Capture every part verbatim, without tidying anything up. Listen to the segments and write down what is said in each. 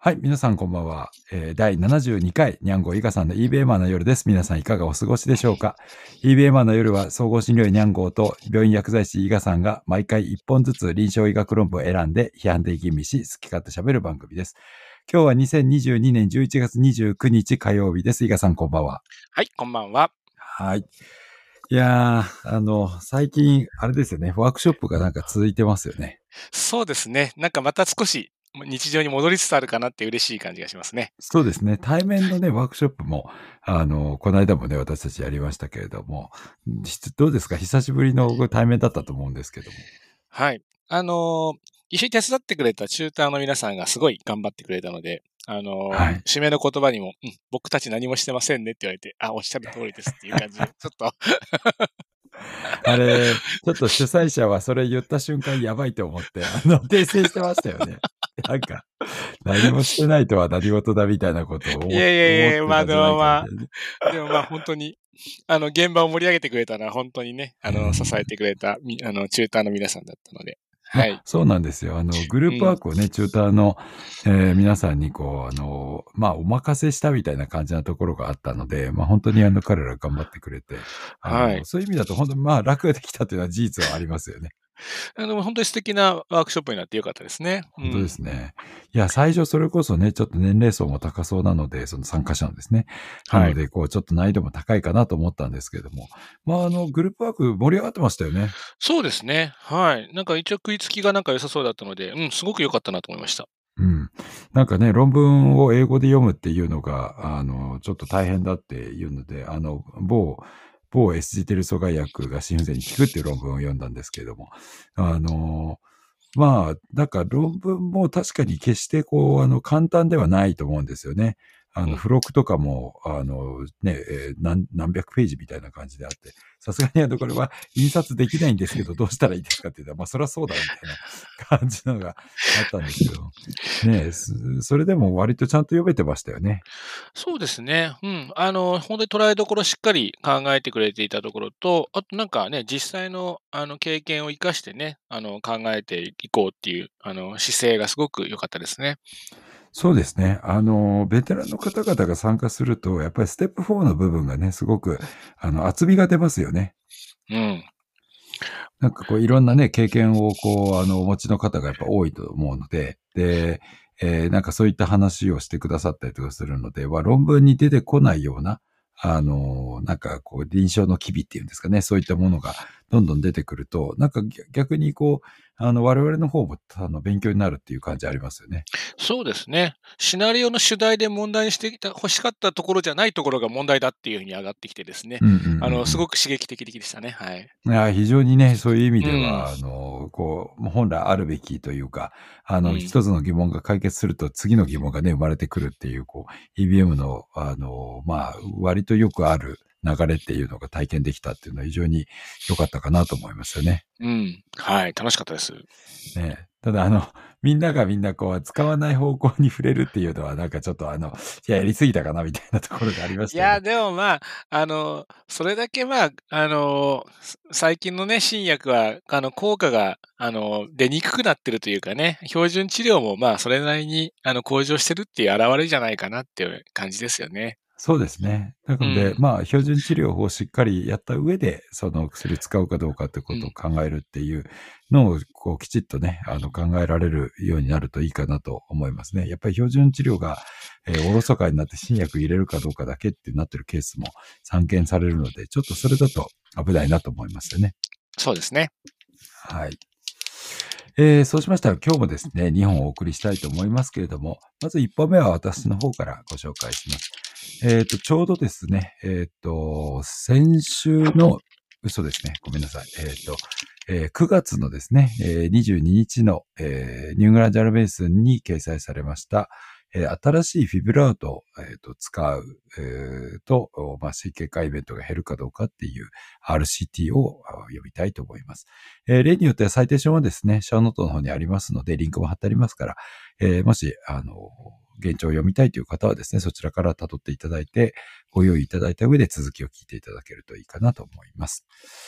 はい、皆さんこんばんは。えー、だいななじゅうにかい、にゃんご伊賀さんの イービーエー マーの夜です。皆さんいかがお過ごしでしょうか？ イービーエー マーの夜は総合診療医にゃんごと病院薬剤師伊賀さんが毎回いっぽんずつ臨床医学論文を選んで批判的吟味し、好き勝手喋る番組です。今日はにせんにじゅうにねんじゅういちがつにじゅうくにち火曜日です。伊賀さんこんばんは。 はい、こんばんは。 はい。いやー、あの、最近、あれですよね、ワークショップがなんか続いてますよね。 そうですね。なんかまた少し日常に戻りつつあるかなって嬉しい感じがしますね。 そうですね。対面のね、ワークショップも、あの、この間もね、私たちやりましたけれども、実どうですか？久しぶりの対面だったと思うんですけども。 はい。あのー一緒に手伝ってくれたチューターの皆さんがすごい頑張ってくれたので、あのーはい。 締めの言葉にも、うん、僕たち何もしてませんねって言われて、あ、おっしゃる通りですっていう感じで、ちょっとあれ、ちょっと主催者はそれ言った瞬間やばいと思って、あの、訂正してましたよね。なんか、何もしてないとは何事だみたいなことをいや思いやいや、 思ってまあでたんじゃないかみもまあ、 たいなね。 でもまあ本当に、あの、現場を盛り上げてくれたのは本当にね、あの、支えてくれた、みあの、チューターの皆さんだったので、 まあ、 はい。 そうなんですよ。あの、グループワうん。 ークをね、チューターの、えー皆さんにこう、あの、まあ、お任せしたみたいな感じなところがあったので、まあ、本当にあの、彼ら頑張ってくれて、あの、 はい。 そういう意味だと本当にまあ、楽ができたというのは事実はありますよね。 あの、本当に素敵なワークショップになって良かったですね。う本当でん。 すね。いや、最初それこそね、ちょっと年齢層も高そうなので、その参加者のですね。なはい。 ので、こう、ちょっと難易度も高いかなと思ったんですけれども、まあ、あの、グループワーク盛り上がってましたよね。 そうですね。はい。なんか一応食いつきがなんか良さそうだったので、うん、すごく良かったなと思いました。 うん。なんかね、論文を英語で読むっていうのが、あの、ちょっと大変だっていうので、あの、某、某 エスジー テル阻害薬が心不全に効くっていう論文を読んだんですけれども、あの、まあ、なんか論文も確かに決してこう、あの、簡単ではないと思うんですよね。あの、 うん。 付録とかも、あの、ね、えー何、何百ページみたいな感じであって、さすがにあの、これは印刷できないんですけど、どうしたらいいですかって言ったら、まあ、そりゃそうだろ、みたいな感じのがあったんですけど、ねえ、すそれでも割とちゃんと読めてましたよね。 そうですね。うん。あの、本当に捉えどころしっかり考えてくれていたところと、あとなんかね、実際のあの経験を生かしてね、あの考えていこうっていう、あの姿勢がすごく良かったですね。 そうですね。あの、ベテランの方々が参加すると、やっぱりステップフォーの部分がね、すごく、あの、厚みが出ますよね。 うん。 なんかこういろんなね、経験をこう、あの、お持ちの方がやっぱ多いと思うので、で、えーなんかそういった話をしてくださったりとかするので、は論文に出てこないような、あの、なんかこう臨床の機微っていうんですかね、そういったものがどんどん出てくると、なんか逆逆にこう、あの、我々の方も、あの、勉強になるっていう感じありますよね。 そうですね。シナリオの主題で問題にしてきた欲しかったところじゃないところが問題だっていうふうに上がってきてですね。 うんうんうんあの、すうん。 ごく刺激的でしたね。はい。 いや、非常にね、そういう意味うん。 では、あの、こう、本来あるべきというか、あの、 うん。 一つの疑問が解決すると次の疑問がね、生まれてくるっていう、こう、イービーエム の、あの、まあ、割とよくある流れっていうのが体験できたっていうのは非常に良かったかなと思いますよね。 うん。はい。楽しかったです。 ね。ただ、あの、みんながみんなこう、使わない方向に触れるっていうのは、なんかちょっとあの、いや、やりすぎたかなみたいなところがありましいや、 たよね。 でもまあ、あの、それだけまあ、あの、す最近のね、新薬は、あの、効果が、あの、出にくくなってるというかね、標準治療もまあ、それなりに、あの、向上してるっていう表れじゃないかなっていう感じですよね。 そうですね。なので、 うん。 まあ、標準治療をしっかりやった上で、その薬使うかどうかってことをうん。 考えるっていうのを、こう、きちっとね、あの、考えられるようになるといいかなと思いますね。やっぱり標準治療が、えーおろそかになって新薬入れるかどうかだけってなってるケースも散見されるので、ちょっとそれだと危ないなと思いますよね。 そうですね。 はい。えーそうしましたら今日もですね、にほんお送りしたいと思いますけれども、まずいっぽんめは私の方からご紹介します。えっ、と、ちょうどですね、えっ、と、先週の、嘘ですね、ごめんなさい。えっ、と、えーくがつのですね、えーにじゅうににちの、えーニューイングランドジャーナルメディスンに掲載されました、えー新しいフィブラートを、えーと使う、えーと、まあ、神経科イベントが減るかどうかっていう アールシーティー をあ読みたいと思います。えー例によってはサイテーションはですね、ショーノートの方にありますので、リンクも貼ってありますから、えーもし、あの、現状を読みたいという方はですね、そちらから辿っていただいて、ご用意いただいた上で続きを聞いていただけるといいかなと思います。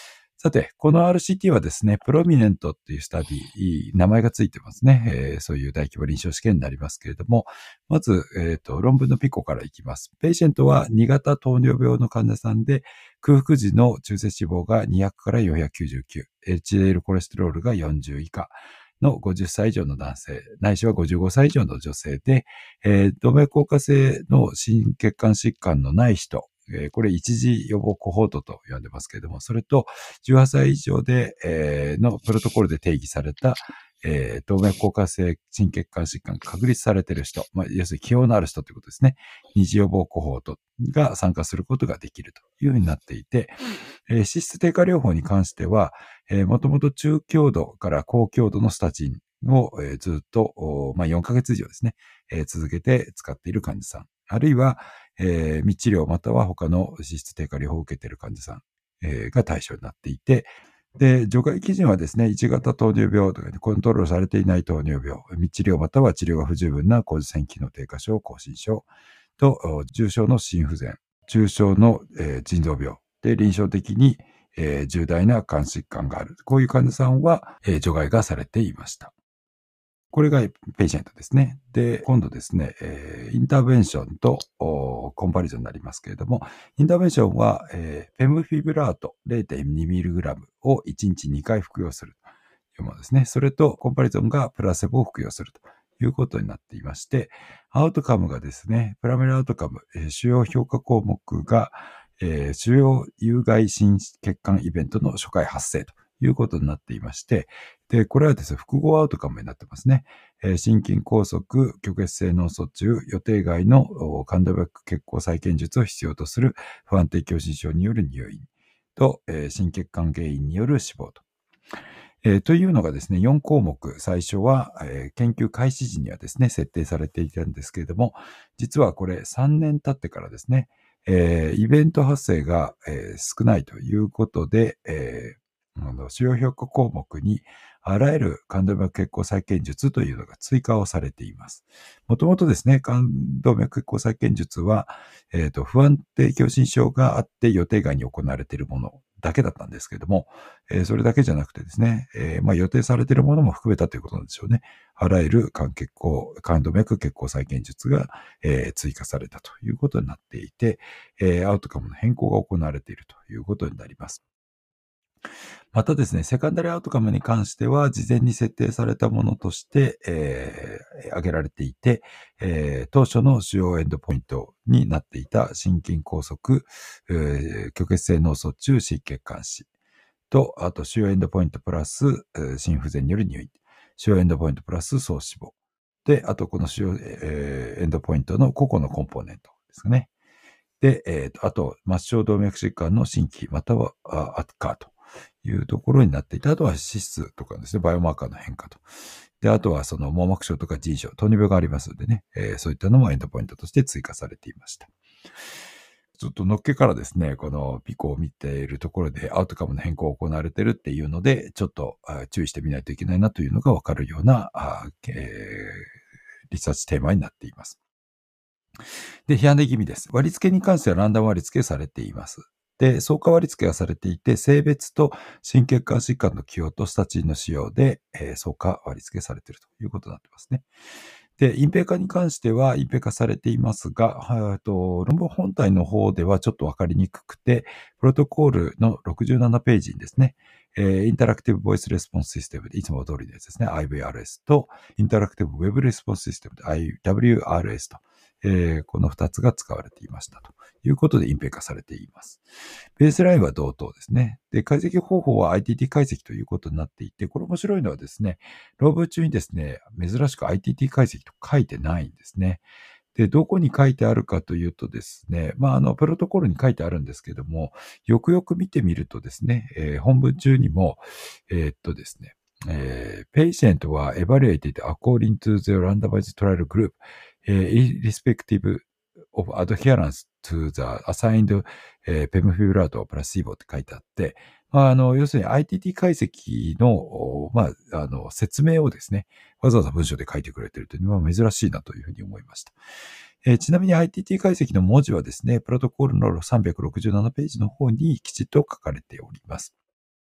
さて、この アールシーティー はですね、プロミネントっていうスタディ、名前がついてますね。えー、そういう大規模臨床試験になりますけれども、まず、えっと、論文のピコからいきます。ペイシェントはに型糖尿病の患者さんで、空腹時の中性脂肪がにひゃくからよんひゃくきゅうじゅうきゅう、エイチディーエル コレステロールがよんじゅう以下のごじゅっさい以上の男性、ないしはごじゅうごさい以上の女性で、えー、動脈硬化性の心血管疾患のない人、えー、これ一時予防コホートと呼んでますけれども、それとじゅうはっさい以上で、えー、のプロトコルで定義された、えー、動脈硬化性心血管疾患が確立されている人、まあ、要するに気温のある人ということですね。二次予防コホートが参加することができるというふうになっていて、えー、脂質低下療法に関しては、えー、もともと中強度から高強度のスタチンを、えー、ずっと、まあ、よんかげつ以上ですね、えー、続けて使っている患者さん、あるいは、えー、密治療または他の脂質低下療法を受けている患者さん、えー、が対象になっていて、で、除外基準はですね、いち型糖尿病とか、ね、コントロールされていない糖尿病、密治療または治療が不十分な甲状腺機能低下症、亢進症と、重症の心不全、重症の、えー、腎臓病で臨床的に、えー、重大な肝疾患がある。こういう患者さんは、えー、除外がされていました。これがペイシェントですね。で、今度ですね、えー、インターベンションとコンパリゾンになりますけれども、インターベンションは、えー、フェムフィブラート れいてんにミリグラム をいちにちにかい服用するというものですね。それとコンパリゾンがプラセボを服用するということになっていまして、アウトカムがですね、プラメルアウトカム、えー、主要評価項目が、えー、主要有害心血管イベントの初回発生ということになっていまして、で、これはですね、複合アウトカムになってますね。えー、心筋梗塞、虚血性脳卒中、予定外の冠動脈血行再建術を必要とする不安定狭心症による入院と、えー、心血管原因による死亡と。えー、というのがですね、よん項目、最初は、えー、研究開始時にはですね、設定されていたんですけれども、実はこれさんねん経ってからですね、えー、イベント発生が、えー、少ないということで、えーあの主要評価項目に、あらゆる冠動脈血行再建術というのが追加をされています。もともとですね、冠動脈血行再建術は、えっと、不安定狭心症があって予定外に行われているものだけだったんですけれども、えーそれだけじゃなくてですね、えーまあ、予定されているものも含めたということなんでしょうね。あらゆる冠血行、冠動脈血行再建術が、えー追加されたということになっていて、えーアウトカムの変更が行われているということになります。またですね、セカンダリーアウトカムに関しては、事前に設定されたものとして、えー、挙げられていて、えー、当初の主要エンドポイントになっていた心筋梗塞、えー、虚血性脳卒中、心血管死と、あと主要エンドポイントプラス、えー、心不全による入院、主要エンドポイントプラス総死亡。で、あとこの主要、えーエンドポイントの個々のコンポーネントですね。で、えーと、あと、末梢動脈疾患の新規またはあ悪化というところになっていて、あとは脂質とかですね、バイオマーカーの変化と。で、あとはその網膜症とか腎症、糖尿病がありますのでね、えーそういったのもエンドポイントとして追加されていました。ちょっとのっけからですね、このピコを見ているところでアウトカムの変更が行われているっていうので、ちょっとあ注意してみないといけないなというのがわかるような、あえーリサーチテーマになっています。で、批判的気味です。割り付けに関してはランダム割り付けされています。で、相加割り付けがされていて、性別と心血管疾患の起用とスタチンの使用で、えー、相加割り付けされているということになってますね。で、隠蔽化に関しては隠蔽化されていますが、はと論文本体の方ではちょっとわかりにくくて、プロトコールのろくじゅうななページにですね、えー、インタラクティブボイスレスポンスシステムでいつも通りのやつですね、アイブイアールエス と、インタラクティブウェブレスポンスシステムで アイダブリューアールエス と、えー、このふたつが使われていましたということで隠蔽化されています。ベースラインは同等ですね。で、解析方法は アイティーティー 解析ということになっていて、これ面白いのはですね、論文中にですね、珍しく アイティーティー 解析と書いてないんですね。で、どこに書いてあるかというとですね、まあ、あの、プロトコルに書いてあるんですけども、よくよく見てみるとですね、えー本文中にも、えーっとですね、えー、patient は evaluated according to the randomized trial group, えー irrespective of adherence to the assigned えー ペムフィブラート placebo って書いてあって、まあ、あの、要するに アイティーティー 解析の、おまあ、あの、説明をですね、わざわざ文章で書いてくれているというのは珍しいなというふうに思いました。えーちなみに アイティーティー 解析の文字はですね、プロトコールのさんびゃくろくじゅうななページの方にきちっと書かれております。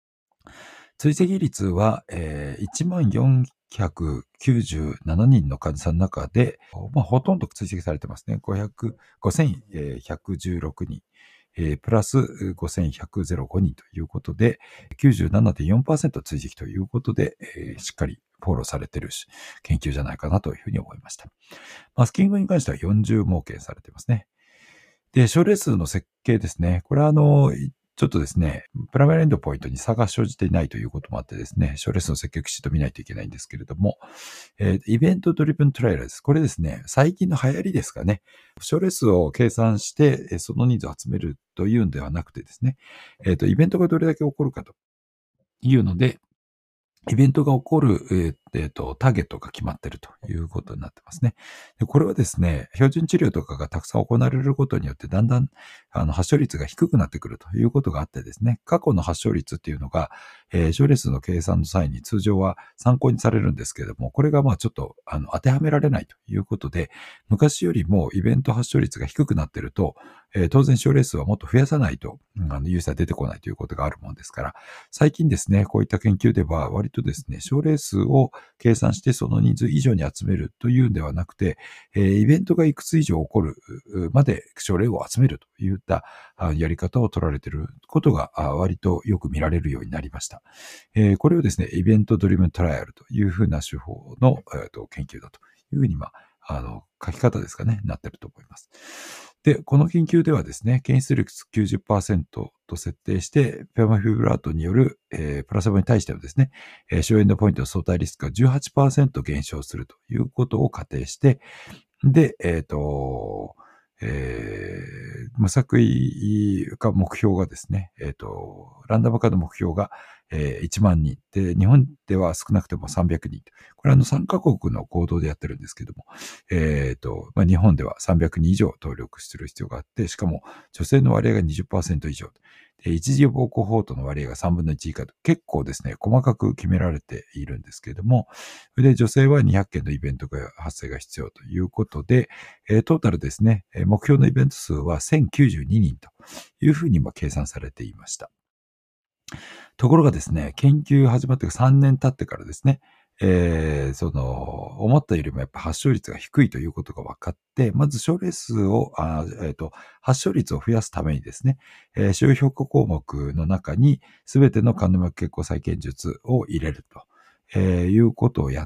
追跡率は、えー、いちまんよんひゃくきゅうじゅうななにんの患者さんの中で、まあ、ほとんど追跡されてますね。ごひゃく、ごせんひゃくじゅうろくにん、えー、プラスごせんひゃくごにんということで、きゅうじゅうななてんよんパーセント 追跡ということで、えー、しっかりフォローされている研究じゃないかなというふうに思いました。マスキングに関してはよんじゅう盲検されていますね。で、症例数の設計ですね。これはあの、ちょっとですね、プライマリエンドポイントに差が生じていないということもあってですね、症例数の設計をきちんと見ないといけないんですけれども、えー、イベントドリブントライアルです。これですね、最近の流行りですかね。症例数を計算して、その人数を集めるというんではなくてですね、えっと、イベントがどれだけ起こるかというので、イベントが起こる、えーえーと、ターゲットが決まっているということになってますね。で、これはですね、標準治療とかがたくさん行われることによって、だんだんあの発症率が低くなってくるということがあってですね、過去の発症率っていうのが、えー、症例数の計算の際に通常は参考にされるんですけれども、これがまあちょっとあの当てはめられないということで、昔よりもイベント発症率が低くなっていると、えー、当然症例数はもっと増やさないと、うん、あの有差出てこないということがあるもんですから、最近ですね、こういった研究では割とですね、症例数を計算してその人数以上に集めるというんではなくて、えー、イベントがいくつ以上起こるまで症例を集めるといったやり方を取られていることが割とよく見られるようになりました。えー、これをですね、イベントドリブントライアルというふうな手法の、えー、と研究だというふうに、まあ、あの、書き方ですかね、なっていると思います。で、この研究ではですね、検出率 きゅうじゅっパーセント と設定して、ペマフィブラートによる、えー、プラセボに対してはですね、えー、小エンドポイントの相対リスクが じゅうはちパーセント 減少するということを仮定して、で、えっと、えー、無作為化目標がですね、えっと、ランダム化の目標が、えー、いちまんにんで、日本では少なくてもさんびゃくにん。これはあのさんカ国の行動でやってるんですけども、えっと、まあ、日本ではさんびゃくにん以上登録する必要があって、しかも女性の割合が にじゅっパーセント 以上。で一時予防コホートの割合がさんぶんのいち以下と、結構ですね、細かく決められているんですけれども、それで女性はにひゃっけんのイベントが発生が必要ということで、えー、トータルですね、目標のイベント数はせんきゅうじゅうににんというふうに今計算されていました。ところがですね、研究始まってさんねん経ってからですね、えー、その、思ったよりもやっぱ発症率が低いということが分かって、まず症例数を、あえっと、発症率を増やすためにですね、えー、使用評価項目の中にすべての冠膜血行再建術を入れると、えー、いうことをやって、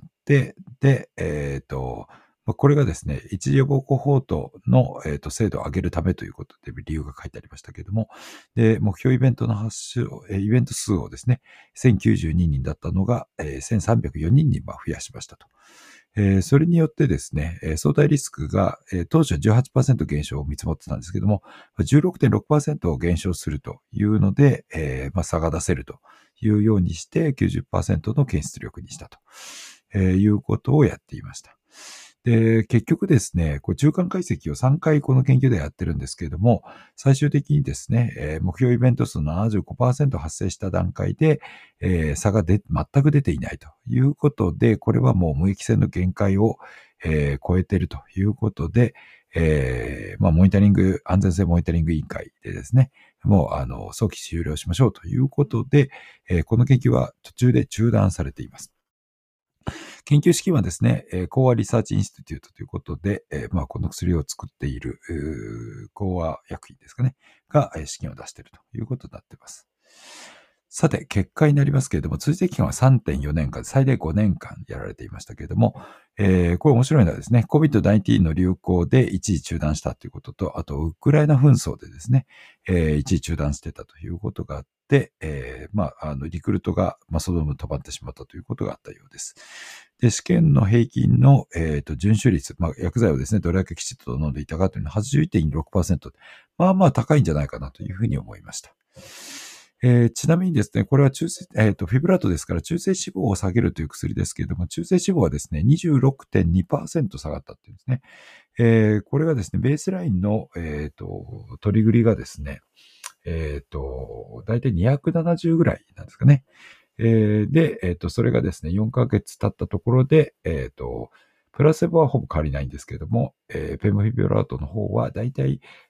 で、えっと、これがですね、一時予防コホートの、えー、と精度を上げるためということで理由が書いてありましたけれども、で、目標イベントの発症、イベント数をですね、せんきゅうじゅうににんだったのが、えー、せんさんびゃくよにんに増やしましたと。えー、それによってですね、相対リスクが、えー、当初は じゅうはちパーセント 減少を見積もってたんですけども、じゅうろくてんろくパーセント 減少するというので、えーまあ、差が出せるというようにして きゅうじゅっパーセント の検出力にしたと、えー、いうことをやっていました。で、結局ですね、こう中間解析をさんかいこの研究でやってるんですけれども、最終的にですね、えー、目標イベント数の ななじゅうごパーセント 発生した段階で、えー、差がで全く出ていないということで、これはもう無益性の限界を、えー、超えているということで、えー、まあ、モニタリング、安全性モニタリング委員会でですね、もう、あの、早期終了しましょうということで、えー、この研究は途中で中断されています。研究資金はですね、コーアリサーチインスティテュートということで、まあ、この薬を作っているコーア薬品ですかね、が資金を出しているということになっています。さて、結果になりますけれども、追跡期間は さんてんよねんかん、最大ごねんかんやられていましたけれども、えー、これ面白いのはですね、コビッドナインティーン の流行で一時中断したということと、あと、ウクライナ紛争でですね、えー、一時中断してたということがあって、えー、まあ、あの、リクルートが、まあ、その分止まってしまったということがあったようです。で、試験の平均の、えっと、遵守率、まあ、薬剤をですね、どれだけきちっと飲んでいたかというのは はちじゅういってんろくパーセント。まあまあ高いんじゃないかなというふうに思いました。えー、ちなみにですね、これは中性、えっと、フィブラートですから中性脂肪を下げるという薬ですけれども、中性脂肪はですね、にじゅうろくてんにパーセント 下がったっていうんですね。えー、これがですね、ベースラインの、えっと、取り繰りがですね、えっと、だいたいにひゃくななじゅうぐらいなんですかね。えー、で、えっと、それがですね、よんかげつ経ったところで、えっと、プラセボはほぼ変わりないんですけれども、えー、ペムフィブラートの方はだいたい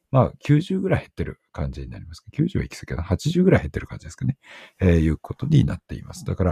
まあ、きゅうじゅうぐらい減ってる感じになります。きゅうじゅうは行き過ぎかな。はちじゅうぐらい減ってる感じですかね。えー、いうことになっています。だから、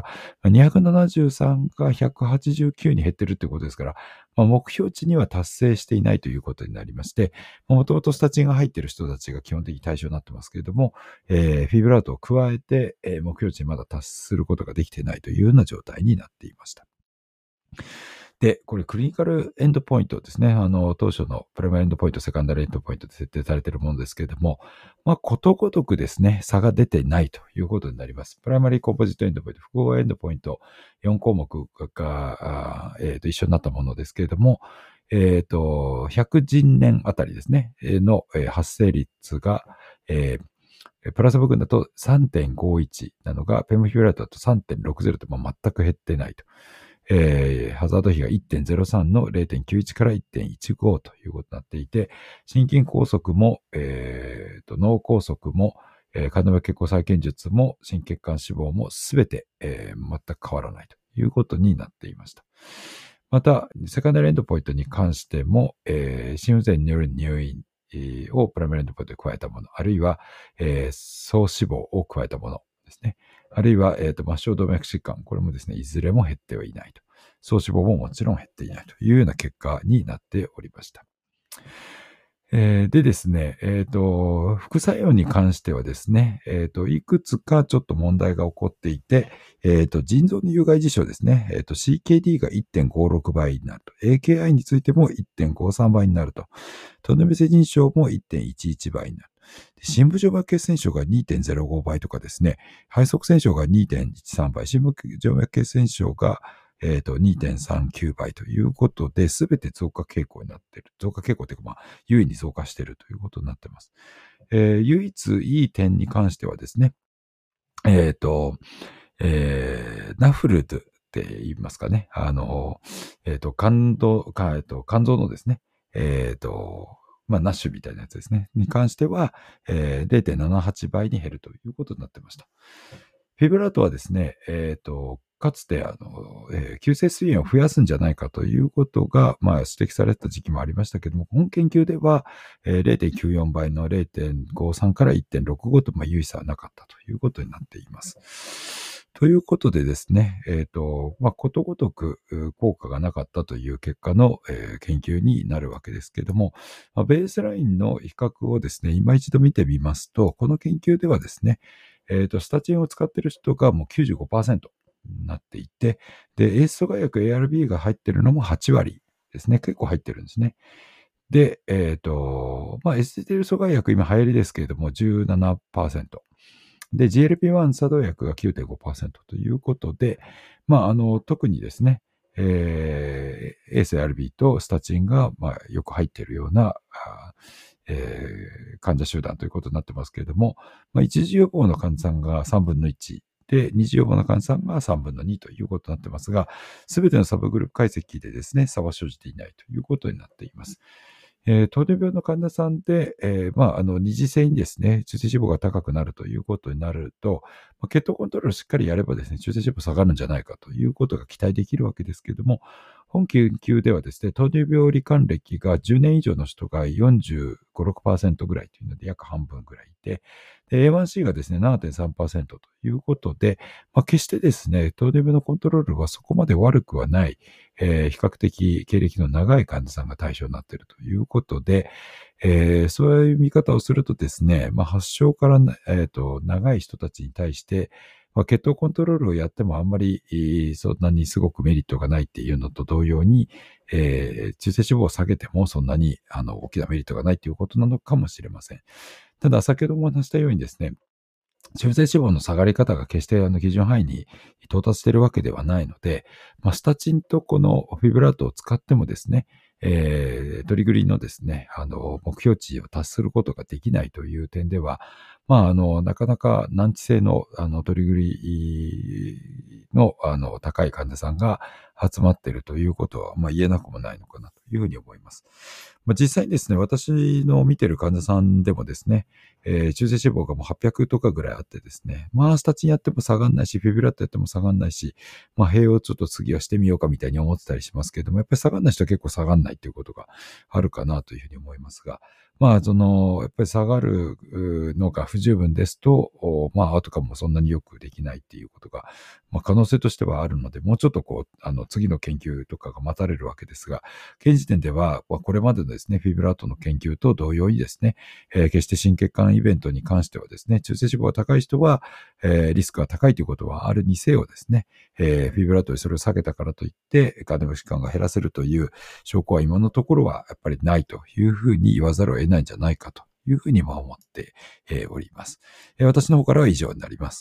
にひゃくななじゅうさんがひゃくはちじゅうきゅうに減ってるってことですから、まあ、目標値には達成していないということになりまして、もともとスタチンが入っている人たちが基本的に対象になってますけれども、えー、フィブラートを加えて、えー、目標値にまだ達することができていないというような状態になっていました。で、これクリニカルエンドポイントですね。あの、当初のプライマリエンドポイント、セカンダリエンドポイントで設定されているものですけれども、まあ、ことごとくですね、差が出てないということになります。プライマリーコンポジットエンドポイント、複合エンドポイント、よん項目が、あえー、と一緒になったものですけれども、えっ、ー、と、ひゃくじんねんあたりですね、の、えー、発生率が、えープラズマ群だと さんてんごいち なのが、ペムフィブラートだと さんてんろくゼロ と全く減ってないと。えー、ハザード比が いってんゼロさん の れいてんきゅういち から いってんいちご ということになっていて、心筋梗塞も、えー、と脳梗塞も、えー、冠動脈血行再建術も、心血管死亡もすべて、えー、全く変わらないということになっていました。また、セカンダリエンドポイントに関しても、えー、心不全による入院をプライマリエンドポイントに加えたもの、あるいは、えー、総死亡を加えたものですね。あるいは、えっ、ー、と、末梢動脈疾患。これもですね、いずれも減ってはいないと。総死亡ももちろん減っていないというような結果になっておりました。えー、でですね、えっ、ー、と、副作用に関してはですね、えっ、ー、と、いくつかちょっと問題が起こっていて、えっ、と、腎臓の有害事象ですね、えっ、と、シーケーディー が いってんごろく 倍になると、エーケーアイ についても いってんごさん 倍になると、トンネル性腎症も いってんいちいち 倍になる。深部静脈血栓症が にてんゼロご 倍とかですね、肺側栓症が にてんいちさん 倍、深部静脈血栓症がえっ、ー、と、にてんさんきゅう 倍ということで、すべて増加傾向になっている。増加傾向というか、まあ、優位に増加しているということになっています。えー、唯一いい点に関してはですね、えっ、ー、と、えー、ナフルドって言いますかね。あの、えっ、ー、と、肝臓、えっ、と、肝臓のですね、えっ、と、まあ、ナッシュみたいなやつですね。に関しては、えー、れいてんななはち 倍に減るということになってました。フィブラートはですね、えっ、ー、と、かつて、あの、えー、急性膵炎を増やすんじゃないかということが、まあ、指摘された時期もありましたけども、本研究では、えー、れいてんきゅうよん 倍の れいてんごさん から いってんろくご と、まあ、有意差はなかったということになっています。ということでですね、えっ、ー、と、まあ、ことごとく効果がなかったという結果の、えー、研究になるわけですけども、まあ、ベースラインの比較をですね、今一度見てみますと、この研究ではですね、えっ、ー、と、スタチンを使っている人がもう きゅうじゅうごパーセント になっていて、で、エース阻害薬 エーアールビー が入っているのもはち割ですね。結構入ってるんですね。で、えっ、ー、と、まあ、エステテル阻害薬今流行りですけれども じゅうななパーセント。で、ジーエルピーワン 作動薬が きゅうてんごパーセント ということで、まあ、あの、特にですね、えー、エース エーアールビー とスタチンが、まあ、よく入っているような、えー、患者集団ということになってますけれども、まあ、一次予防の患者さんがさんぶんのいちで、二次予防の患者さんがさんぶんのにということになってますが、すべてのサブグループ解析でですね、差は生じていないということになっています。えー、糖尿病の患者さんで、えー、まあ、あの、二次性にですね、中性脂肪が高くなるということになると、まあ、血糖コントロールをしっかりやればですね、中性脂肪下がるんじゃないかということが期待できるわけですけれども、本研究ではですね、糖尿病罹患歴がじゅうねん以上の人がよんじゅうご、ろくパーセントぐらいというので、約半分ぐらいいて、で エーワンシー がですね、ななてんさんパーセント ということで、まあ、決してですね、糖尿病のコントロールはそこまで悪くはない、えー、比較的経歴の長い患者さんが対象になっているということで、えー、そういう見方をするとですね、まあ、発症から、えーと、長い人たちに対して、まあ、血糖コントロールをやってもあんまり、そんなにすごくメリットがないっていうのと同様に、えー、中性脂肪を下げてもそんなにあの大きなメリットがないということなのかもしれません。ただ、先ほども話したようにですね、中性脂肪の下がり方が決してあの基準範囲に到達しているわけではないので、まあ、スタチンとこのフィブラートを使ってもですね、えー、トリグリのですね、あの、目標値を達することができないという点では、まあ、あの、なかなか難治性の、あの、トリグリの、あの、高い患者さんが集まっているということは、まあ、言えなくもないのかなというふうに思います。まあ、実際にですね、私の見ている患者さんでもですね、えー、中性脂肪がもうはっぴゃくとかぐらいあってですね、まあ、スタチンやっても下がんないし、フィブラットやっても下がんないし、まあ、併用ちょっと次はしてみようかみたいに思ってたりしますけれども、やっぱり下がんない人は結構下がんないということがあるかなというふうに思いますが、 まあ、その、やっぱり下がるうのが不十分ですと、おまあ、アウトカムもそんなによくできないっていうことが、まあ、可能性としてはあるので、もうちょっとこう、あの、次の研究とかが待たれるわけですが、現時点では、まあこれまでのですね、フィブラートの研究と同様にですね、えー決して心血管イベントに関してはですね、中性脂肪が高い人は、えーリスクが高いということはあるにせよですね、えーフィブラートでそれを下げたからといって、カーディア疾患が減らせるという証拠は今のところはやっぱりないというふうに言わざるを得ないんじゃないかというふうにも思ってえーおります。えー私の方からは以上になります。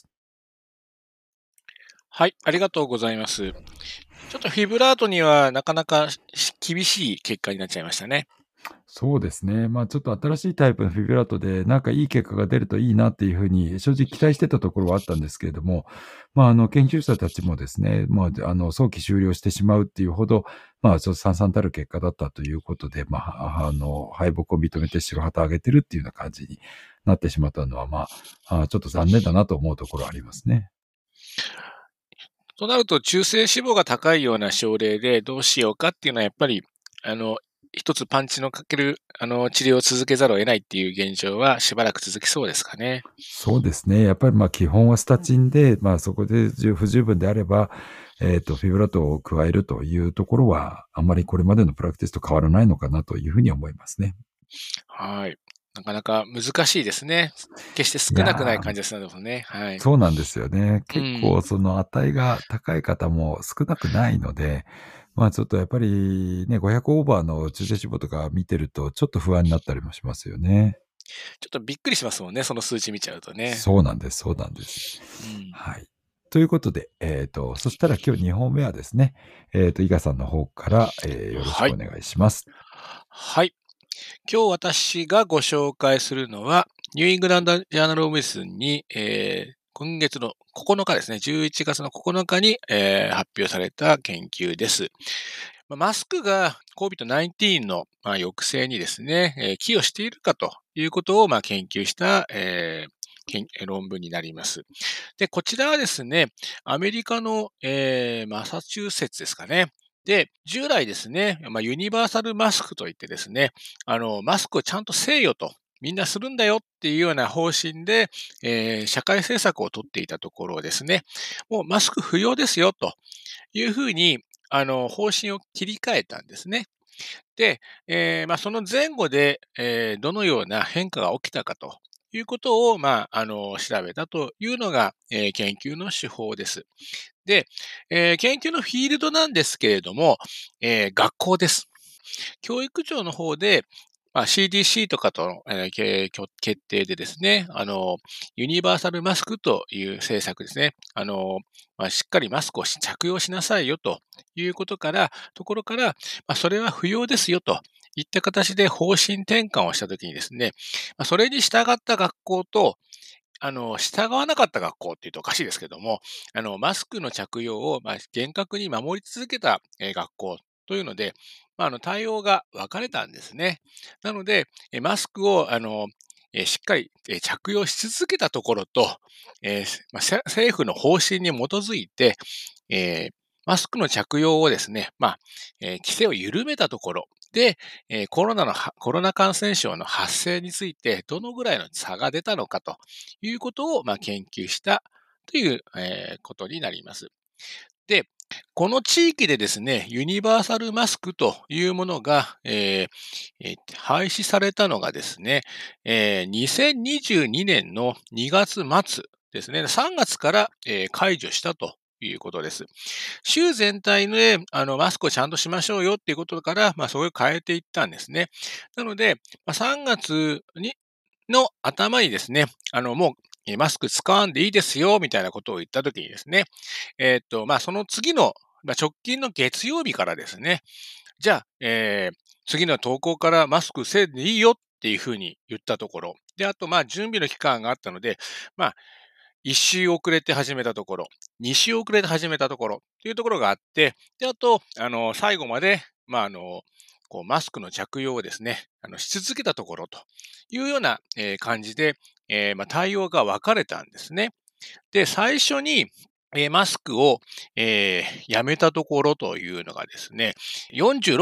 はい、ありがとうございます。ちょっとフィブラートにはなかなかし厳しい結果になっちゃいましたね。 そうですね。まあちょっと新しいタイプのフィブラートで、なんかいい結果が出るといいなっていうふうに正直期待してたところはあったんですけれども、まああの研究者たちもですね、まああの早期終了してしまうっていうほど、まあちょっと惨々たる結果だったということで、まああの敗北を認めて白旗を上げてるっていうような感じになってしまったのは、まああちょっと残念だなと思うところはありますね。 となると、中性脂肪が高いような症例でどうしようかっていうのは、やっぱり、あの、一つパンチのかける、あの、治療を続けざるを得ないっていう現状はしばらく続きそうですかね。 そうですね。やっぱりまあ基本はスタチンで、まあそこで十不十分であれば、えっ、と、フィブラートを加えるというところは、あんまりこれまでのプラクティスと変わらないのかなというふうに思いますね。 はい。なかなか難しいですね。決してい少なくないやー、 感じがするんですね。はい。 そうなんですよね。 うん。 結構その値が高い方も少なくないので、まあちょっとやっぱりね、ごひゃくオーバーの中性脂肪とか見てると、ちょっと不安になったりもしますよね。 ちょっとびっくりしますもんね、その数値見ちゃうとね。 そうなんです、そうなんです。 うん。 はい。ということで、えっ、と、そしたら今日にほんめはですね、えっ、と、伊賀さんの方から、えーよろしはい。 くお願いします。 はい。今日私がご紹介するのは、ニューイングランド・ジャーナル・オブ・メディスンに、えー今月のここのかですね、じゅういちがつのここのかに、えー発表された研究です。まあマスクが コービッドナインティーン の、まあ、抑制にですね、えー寄与しているかということを、まあ、研究した、えー研論文になります。で、こちらはですね、アメリカの、えーマサチューセッツですかね。で、従来ですね、まあ、ユニバーサルマスクといってですね、あの、マスクをちゃんとせよと、みんなするんだよっていうような方針で、えー社会政策をとっていたところですね、もうマスク不要ですよというふうに、あの、方針を切り替えたんですね。で、えーまあ、その前後で、えーどのような変化が起きたかということを、まあ、あの、調べたというのが、えー研究の手法です。で、えー研究のフィールドなんですけれども、えー学校です。教育庁の方で、まあ、シーディーシー とかとの、えーけ決定でですね、あの、ユニバーサルマスクという政策ですね。あの、まあ、しっかりマスクを着用しなさいよということから、ところから、まあ、それは不要ですよといった形で方針転換をしたときにですね、まあ、それに従った学校と、あの、従わなかった学校っていうとおかしいですけども、あの、マスクの着用を、まあ、厳格に守り続けた、えー学校というので、まあ、あの、対応が分かれたんですね。なので、えーマスクを、あの、えーしっかり、えー着用し続けたところと、えーまあ、せ政府の方針に基づいて、えーマスクの着用をですね、まあ、えー規制を緩めたところで、えーコロナのは、コロナ感染症の発生について、どのぐらいの差が出たのかということを、まあ、研究したという、えーことになります。で、この地域でですね、ユニバーサルマスクというものが、えーえー廃止されたのがですね、えーにせんにじゅうにねんのにがつ末ですね、さんがつから、えー解除したということです。州全体で、あの、マスクをちゃんとしましょうよっていうことから、まあ、それを変えていったんですね。なので、まあ、さんがつにの頭にですね、あの、もう、えマスク使わんでいいですよ、みたいなことを言ったときにですね、えーっと、まあ、その次の、まあ、直近の月曜日からですね、じゃあ、えー次の投稿からマスクせんでいいよっていうふうに言ったところ、で、あと、まあ、準備の期間があったので、まあ、いっ週遅れて始めたところ、に週遅れて始めたところっていうところがあって、で、あと、あの、最後まで、まあ、あの、こう、マスクの着用をですね、あの、し続けたところというような、えー感じで、えーまあ、対応が分かれたんですね。で、最初に、えーマスクを、えーやめたところというのがですね、よんじゅうろっ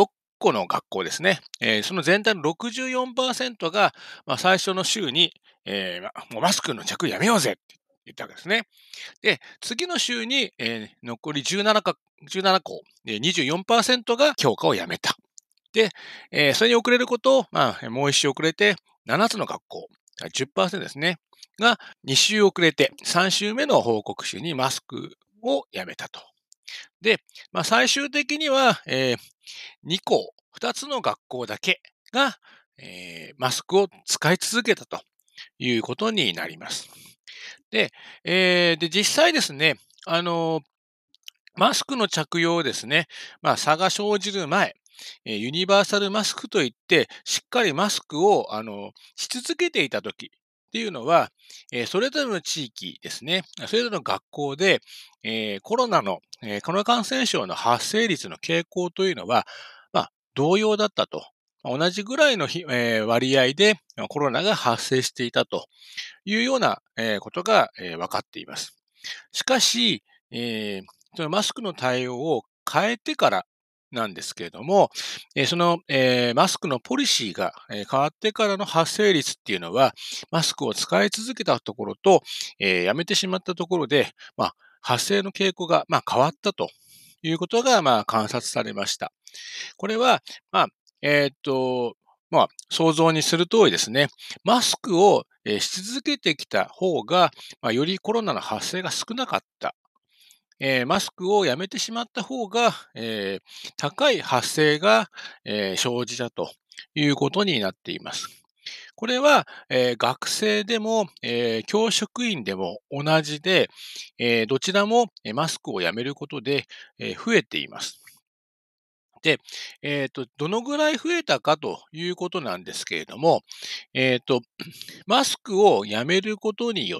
個の学校ですね。えーその全体の ろくじゅうよんパーセント が、まあ、最初の週に、えーまもうマスクの着用やめようぜって言ったわけですね。で、次の週に、えー残りじゅうななか、じゅうなな校、えーにじゅうよんパーセント が強化をやめた。で、えーそれに遅れることを、まあ、もう一週遅れて、ななつの学校、じゅっパーセント ですね、がに週遅れて、さん週目の報告週にマスクをやめたと。で、まあ、最終的には、えーに校、ふたつの学校だけが、えーマスクを使い続けたということになります。で、えーで実際ですね、あのマスクの着用をですね、まあ、差が生じる前、えーユニバーサルマスクといって、しっかりマスクを、あの、し続けていたときっていうのは、えーそれぞれの地域ですね、それぞれの学校で、えーコロナの、えーコロナ感染症の発生率の傾向というのは、まあ、同様だったと。同じぐらいのひ、えー割合でコロナが発生していたというような、えーことが、えー分かっています。しかし、えーそのマスクの対応を変えてからなんですけれども、えーその、えーマスクのポリシーがえー変わってからの発生率っていうのは、マスクを使い続けたところと、えーやめてしまったところで、まあ、発生の傾向が、まあ、変わったということが、まあ、観察されました。これは、まあ、えーっと、まあ、想像にする通りですね、マスクをえーし続けてきた方が、まあ、よりコロナの発生が少なかった。えーマスクをやめてしまった方が、えー高い発生が、えー生じたということになっています。これは、えー学生でも、えー教職員でも同じで、えーどちらもえーマスクをやめることで、えー増えています。で、えっと、どのぐらい増えたかということなんですけれども、えっと、マスクをやめることによって、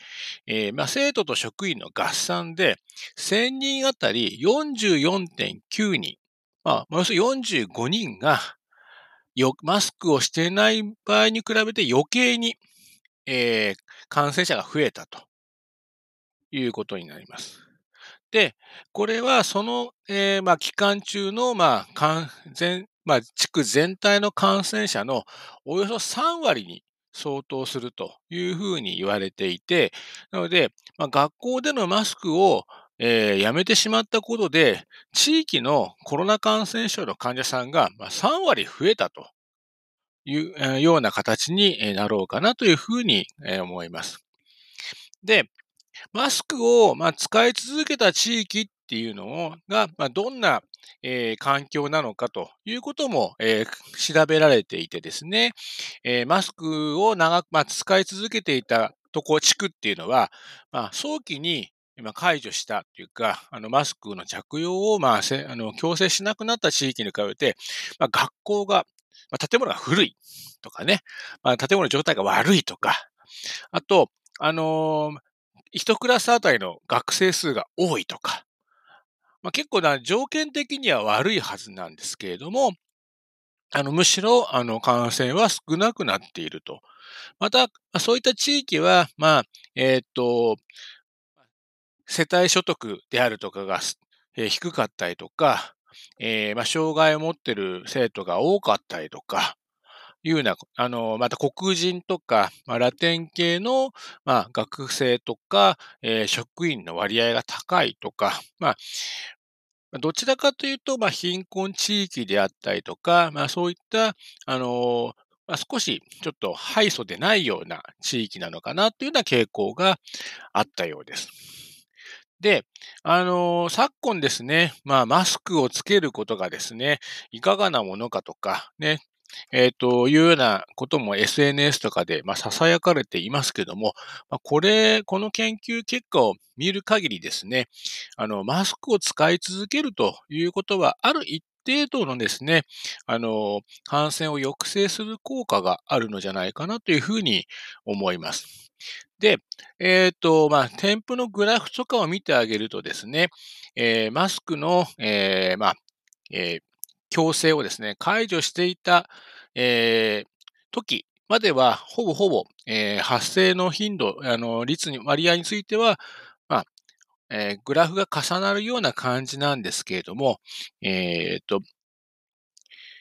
えーまあ、生徒と職員の合算で、せんにんあたりよんじゅうよんてんきゅうにん、まあ、要するによんじゅうごにんがよマスクをしていない場合に比べて余計に、えー感染者が増えたということになります。で、これはその、えーまあ、期間中の、まあ、感全、まあ、地区全体の感染者のおよそさん割に相当するというふうに言われていて、なので、まあ、学校でのマスクを、えーやめてしまったことで、地域のコロナ感染症の患者さんが、まあ、さん割増えたという、えーような形にえーなろうかなというふうにえー思います。で、マスクを、まあ、使い続けた地域っていうのをが、まあ、どんな、えー環境なのかということも、えー調べられていてですね、えーマスクを長く、まあ、使い続けていたとこ、地区っていうのは、まあ、早期にまあ解除したというか、あのマスクの着用を、まあ、せあの強制しなくなった地域に比べて、まあ、学校が、まあ、建物が古いとかね、まあ、建物の状態が悪いとか、あと、あのー一クラスあたりの学生数が多いとか、まあ、結構な条件的には悪いはずなんですけれども、あの、むしろ、あの、感染は少なくなっていると。また、まあそういった地域は、まあ、えーっと、世帯所得であるとかがす、えー低かったりとか、えーまあ、障害を持っている生徒が多かったりとか、いうような、あの、また黒人とか、まあ、ラテン系の、まあ、学生とか、えー職員の割合が高いとか、まあ、どちらかというと、まあ、貧困地域であったりとか、まあ、そういった、あの、まあ、少しちょっとハイソでないような地域なのかなというような傾向があったようです。で、あの、昨今ですね、まあ、マスクをつけることがですね、いかがなものかとか、ね、えっと、いうようなことも エスエヌエス とかで、まあ、囁かれていますけども、まあ、これ、この研究結果を見る限りですね、あの、マスクを使い続けるということは、ある一程度のですね、あの、感染を抑制する効果があるのじゃないかなというふうに思います。で、えっと、まあ、添付のグラフとかを見てあげるとですね、えーマスクの、えーまあ、えー強制をですね、解除していた、えー時までは、ほぼほぼ、えー発生の頻度、あの、率に、割合については、まあ、えーグラフが重なるような感じなんですけれども、えっと、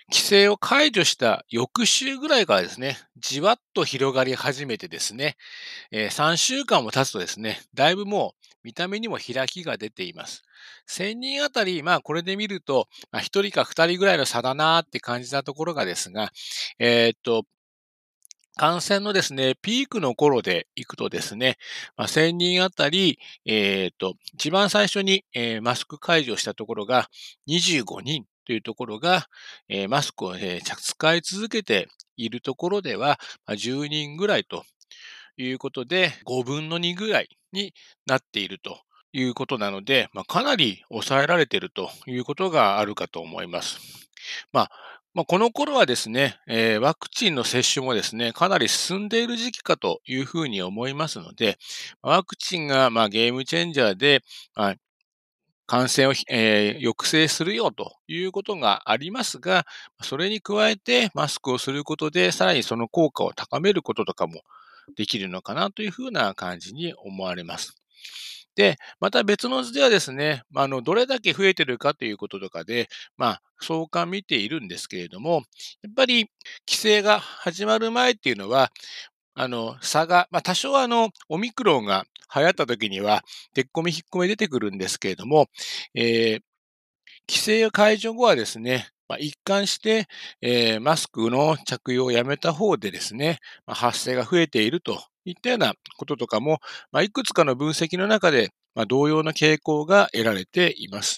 規制を解除した翌週ぐらいからですね、じわっと広がり始めてですね、えーさんしゅうかんも経つとですね、だいぶもう見た目にも開きが出ています。せんにんあたり、まあこれで見ると、まあ、ひとりかふたりぐらいの差だなーって感じたところがですが、えーっと、感染のですね、ピークの頃でいくとですね、まあ、せんにんあたり、えーっと、一番最初に、えーマスク解除したところがにじゅうごにんというところが、えーマスクを、えー使い続けているところでは、まあ、じゅうにんぐらいということで、ごぶんのにぐらいになっているということなので、まあ、かなり抑えられているということがあるかと思います。まあ、まあ、この頃はですね、えーワクチンの接種もですね、かなり進んでいる時期かというふうに思いますので、ワクチンがまあゲームチェンジャーで、まあ、感染を、えー抑制するよということがありますが、それに加えてマスクをすることで、さらにその効果を高めることとかもできるのかなというふうな感じに思われます。で、また別の図ではですね、まああの、どれだけ増えてるかということとかで、まあ、相関見ているんですけれども、やっぱり規制が始まる前っていうのは、あの、差が、まあ、多少あの、オミクロンが流行った時には、てっこみ引っ込め出てくるんですけれども、えー規制解除後はですね、まあ、一貫して、えーマスクの着用をやめた方でですね、まあ、発生が増えているといったようなこととかも、まあ、いくつかの分析の中で、まあ、同様の傾向が得られています。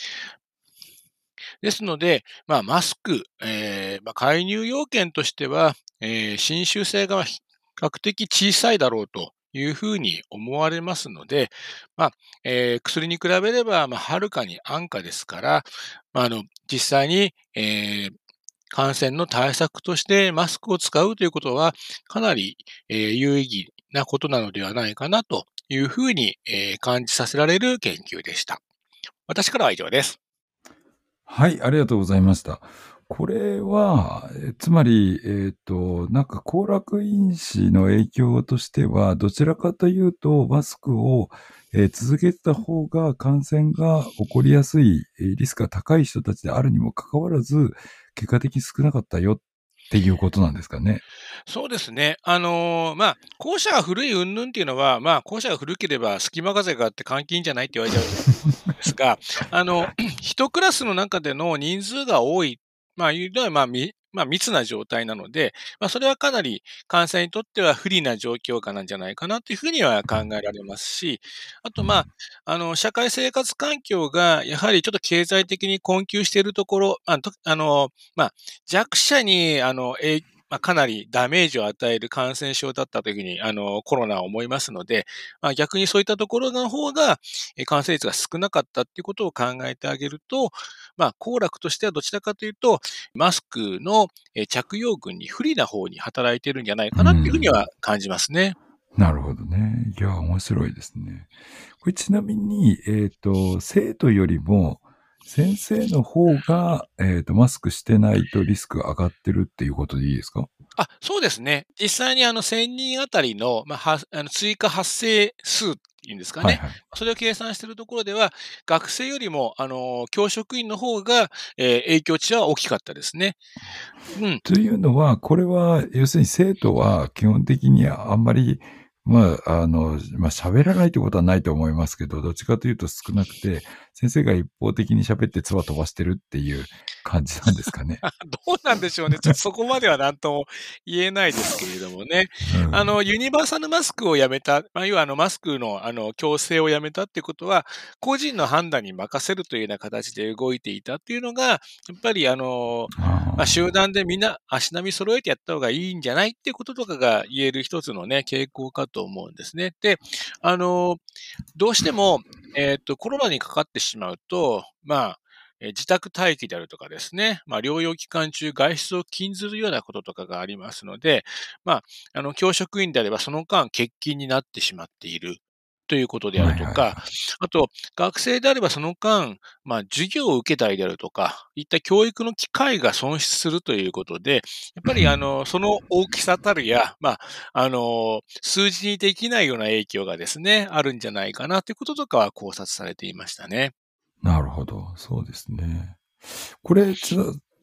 ですので、まあ、マスク、えーまあ、介入要件としては、えー侵襲性が比較的小さいだろうというふうに思われますので、まあえー薬に比べれば、まあ、はるかに安価ですから、まあ、あの実際に、えー感染の対策としてマスクを使うということは、かなり、えー有意義なことなのではないかなというふうに、えー感じさせられる研究でした。私からは以上です。 はい、ありがとうございました。これは、え、つまり、えっと、なんか行楽因子の影響としては、どちらかというと、マスクを、え、続けてた方が感染が起こりやすい、え、リスクが高い人たちであるにもかかわらず、結果的に少なかったよっていうことなんですかね？ そうですね。あの、まあ、校舎が古い云々っていうのは、まあ、校舎が古ければ隙間風があって換気いいんじゃないって言われちゃうと思うんですが、あの、一クラスの中での人数が多い、まあ、いうのは、まあ、みまあ、密な状態なので、まあ、それはかなり感染にとっては不利な状況下なんじゃないかなというふうには考えられますし、あと、まあ、 うん。 あの、社会生活環境がやはりちょっと経済的に困窮しているところ、あとあの、まあ、弱者に、あの、影まあ、かなりダメージを与える感染症だったというふうに、あの、コロナは思いますので、まあ、逆にそういったところの方が、え感染率が少なかったっていうことを考えてあげると、まあ、行楽としてはどちらかというと、マスクのえ着用群に不利な方に働いているんじゃないうかなっていうふうにはん。 感じますね。 なるほどね。いや、面白いですね。これちなみに、えっと、生徒よりも、先生の方が、えっと、マスクしてないとリスクが上がってるっていうことでいいですか？ あ、そうですね。実際にあのせんにんあたりの、まあ、はあの追加発生数っていうんですかね。 はいはい。 それを計算しているところでは、学生よりもあの教職員の方が、えー影響値は大きかったですね。うん。 というのは、これは要するに生徒は基本的にあんまり、まあ、あの、まあ、喋らないってことはないと思いますけど、どっちかというと少なくて、先生が一方的に喋って唾飛ばしてるっていう感じなんですかね。 どうなんでしょうね。ちょっとそこまでは何とも言えないですけれどもね。 うん。 あの、ユニバーサルマスクをやめた、まあ、要はあのマスクのあの強制をやめたっていうことは、個人の判断に任せるというような形で動いていたっていうのが、やっぱりあの、まあ、集あ団でみんな足並み揃えてやった方がいいんじゃないっていうこととかが言える一つのね、傾向かと思うんですね。で、あの、どうしても、えっと、コロナにかかってしまうと、まあ、えー自宅待機であるとかですね、まあ、療養期間中外出を禁ずるようなこととかがありますので、まあ、あの、教職員であればその間欠勤になってしまっているということであ、 あはいるとか、 はいはい。 あと、学生であればその間、まあ、授業を受けたりであるとか、いった教育の機会が損失するということで、やっぱり、あうん。 の、その大きさたるや、まあ、あの、数字にできないような影響がですね、あるんじゃないかなということとかは考察されていましたね。 なるほど、そうですね。これ、ちな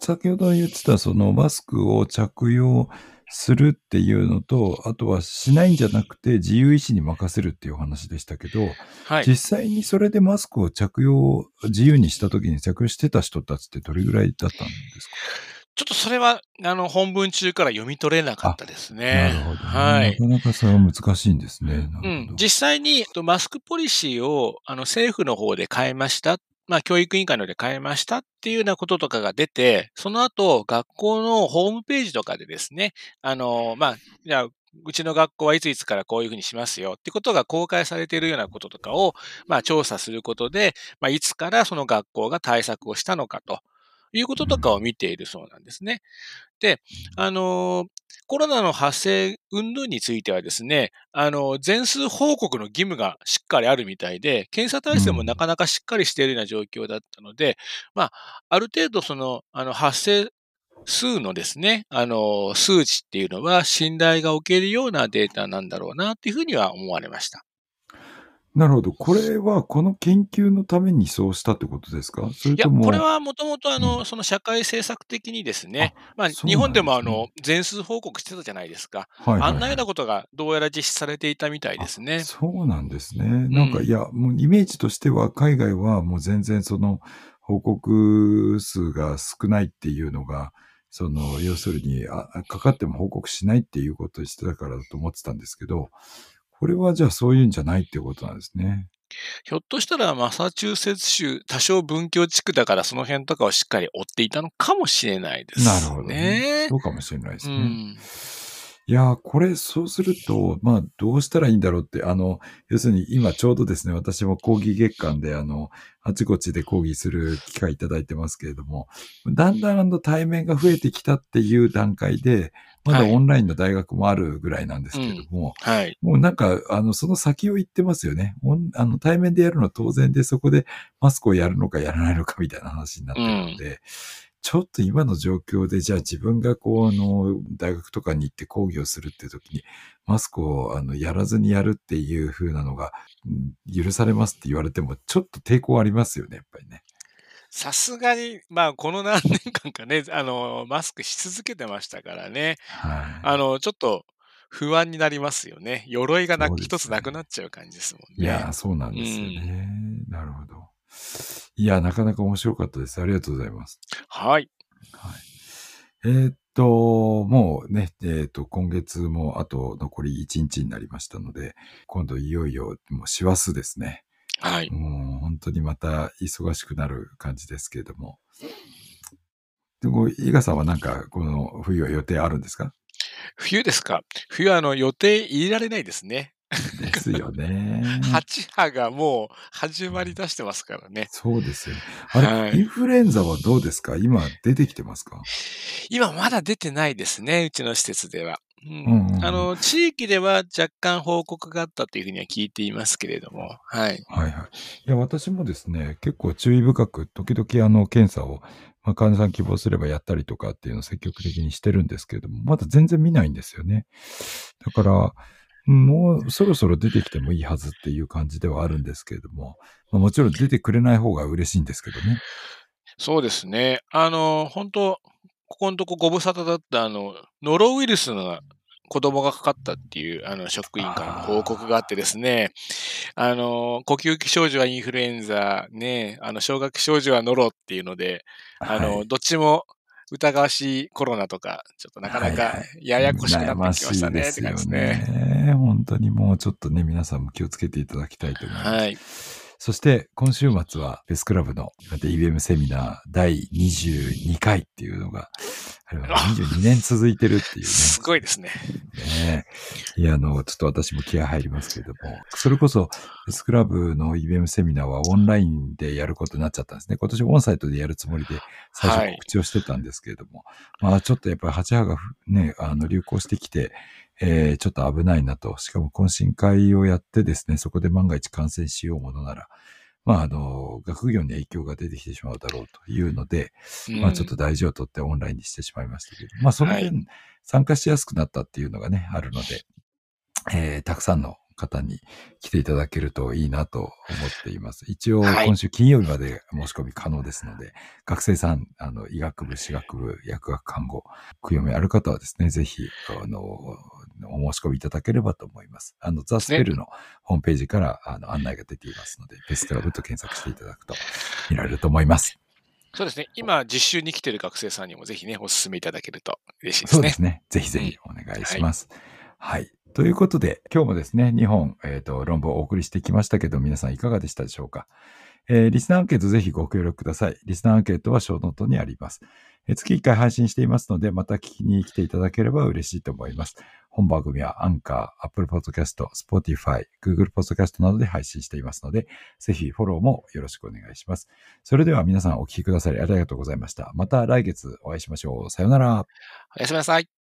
先ほど言ってた、そのマスクを着用するっていうのと、あとはしないんじゃなくて自由意志に任せるっていうお話でしたけど、 はい。 実際にそれでマスクを着用、自由にした時に着用してた人たちってどれぐらいだったんですか？ ちょっとそれは、あの、本文中から読み取れなかっあ、 たですなね。 るほどね。 はい。 なかなかそれは難しいんですね。なうん、 るほど。 実際に、とマスクポリシーを、あの、政府の方で変えました。まあ、教育委員会の方で変えましたっていうようなこととかが出て、その後、学校のホームページとかでですね、あの、まあ、じゃあ、うちの学校はいついつからこういうふうにしますよってことが公開されているようなこととかを、まあ、調査することで、まあ、いつからその学校が対策をしたのかということとかをうん。 見ているそうなんですね。で、あの、コロナの発生云々についてはですね、あの、全数報告の義務がしっかりあるみたいで、検査体制もなうん。 かなかしっかりしているような状況だったので、まあ、ある程度その、あの、発生数のですね、あの、数値っていうのは信頼がおけるようなデータなんだろうなっていうふうには思われました。 なるほど。これはこの研究のためにそうしたってことですか？それいや、これとも、 はもともとあうん。 の、その社会政策的にですあ、 ね、まあ、日そうな本でんですね。 もあの、全数報告してたじゃないですか。 はいあんなようはいはい。 なことがどうやら実施されていたみたいであ、 すね。 そうなんですね。なんか、いうん。 や、もうイメージとしては、海外はもう全然その報告数が少ないっていうのが、その、要するに、あ、あかかっても報告しないっていうことをしてたからだと思ってたんですけど、これはじゃあそういうんじゃないっていうことなんですね。 ひょっとしたらマサチューセッツ州多少文教地区だからその辺とかをしっかり追っていたのかもしれないですなるほどね。 ね。 そうかもしれないでうすね。 ん。 いやー、これ、そうすると、まあ、どうしたらいいんだろうって、あの、要するに今ちょうどですね、私も講義月間で、あの、あちこちで講義する機会いただいてますけれども、だんだんあの対面が増えてきたっていう段階で、まだはい。 オンラインの大学もあるぐらいなんですけれどうん。 も、 はい。 もうなんか、あの、その先を言ってますよね。オンあの、対面でやるのは当然で、そこでマスクをやるのかやらないのかみたいな話になってるのうん。 で、ちょっと今の状況で、じゃあ自分がこう、あの、大学とかに行って講義をするっていう時に、マスクをあのやらずにやるっていう風なのが、うん許されますって言われても、ちょっと抵抗ありますよね、やっぱりね。 さすがに、まあ、この何年間かね、あの、マスクし続けてましたからね。 はい。 あの、ちょっと不安になりますよね。鎧がなそうですよね。 一つなくなっちゃう感じですもんね。 いやー、そうなんうですよん。 ね。なるほど。いや、なかなか面白かったです。ありがとうございます。 はい。 はい。えーっと、もうね、えーっと、今月もあと残りいちにちになりましたので、今度いよいよもう師走ですね。 はい。 もう本当にまた忙しくなる感じですけれども。でも、伊賀さんはなんか、この冬は予定あるんですか？ 冬ですか。冬はあの、予定入れられないですね。 ですよね。 はち波がもう始まりうん、 出してますからね。 そうですよね。あれ、 はい。 インフルエンザはどうですか？今出てきてますか？ 今まだ出てないですね、うちの施設では。ううんうん。あんうん。 の、地域では若干報告があったというふうには聞いていますけれども、はい。 はいはい。いや、私もですね、結構注意深く、時々あの、検査を、まあ、患者さん希望すればやったりとかっていうのを積極的にしてるんですけれども、まだ全然見ないんですよね。だから、うんもうそろそろ出てきてもいいはずっていう感じではあるんですけれども、まあ、もちろん出てくれない方が嬉しいんですけどね。 そうですね。あの、本当ここのとこご無沙汰だったあの、ノロウイルスの子供がかかったっていう、あの、職員からの報告があってですね、あの、呼吸器症状はインフルエンザ、ね、あの、消化器症状はノロっていうので、 ああ、 あの、 はい。 どっちも疑わしいコロナとか、ちょっとなかなかはいはい。 ややこしくな悩ってきましましいでたねって感じですよすね。 ね。本当にもうちょっとね、皆さんも気をつけていただきたいと思います。 はい。 そして、今週末はベスクラブの イービーエム セミナーだいにじゅうにかいっていうのが、あれはあ、 にじゅうにねん続いてるっていうね。 すごいですね。 ねえ。いや、あの、ちょっと私も気合入りますけれども、それこそ、ベスクラブの イービーエム セミナーはオンラインでやることになっちゃったんですね。今年オンサイトでやるつもりで最初はい。 告知をしてたんですけれども、まあちょっとやっぱりはち波がね、あの流行してきて、えー、ちょっと危ないなと。しかも懇親会をやってですね、そこで万が一感染しようものなら、まああの、学業に影響が出てきてしまうだろうというので、 うまあちょっとん。 大事をとってオンラインにしてしまいましたけど、まあそのはい。 分参加しやすくなったっていうのがね、あるので、えー、たくさんの方に来ていただけるといいなと思っています。一応、 はい今週金曜日まで申し込み可能ですので、学生さん、あの、医学部、歯学部、薬学看護、興味ある方はですね、ぜひ、あの、お申し込みいただければと思います。あの、ザ・スペルのホームページからあの案内が出ていますので、ペスクラブと検索していただくと見られると思います。 そうですね。今、実習に来てる学生さんにもぜひね、お勧めいただけると嬉しいですね。 そうですね。ぜひぜひお願いします。うん、はい、はい。ということで、今日もですね、にほん、えっと、論文をお送りしてきましたけど、皆さんいかがでしたでしょうか。えー、リスナーアンケートぜひご協力ください。リスナーアンケートはショーノートにあります。えー、月いっかい配信していますので、また聞きに来ていただければ嬉しいと思います。本番組はアンカー、Apple Podcast、Spotify、Google Podcast などで配信していますので、ぜひフォローもよろしくお願いします。それでは皆さんお聞きくださりありがとうございました。また来月お会いしましょう。さようなら。 おやすみなさい。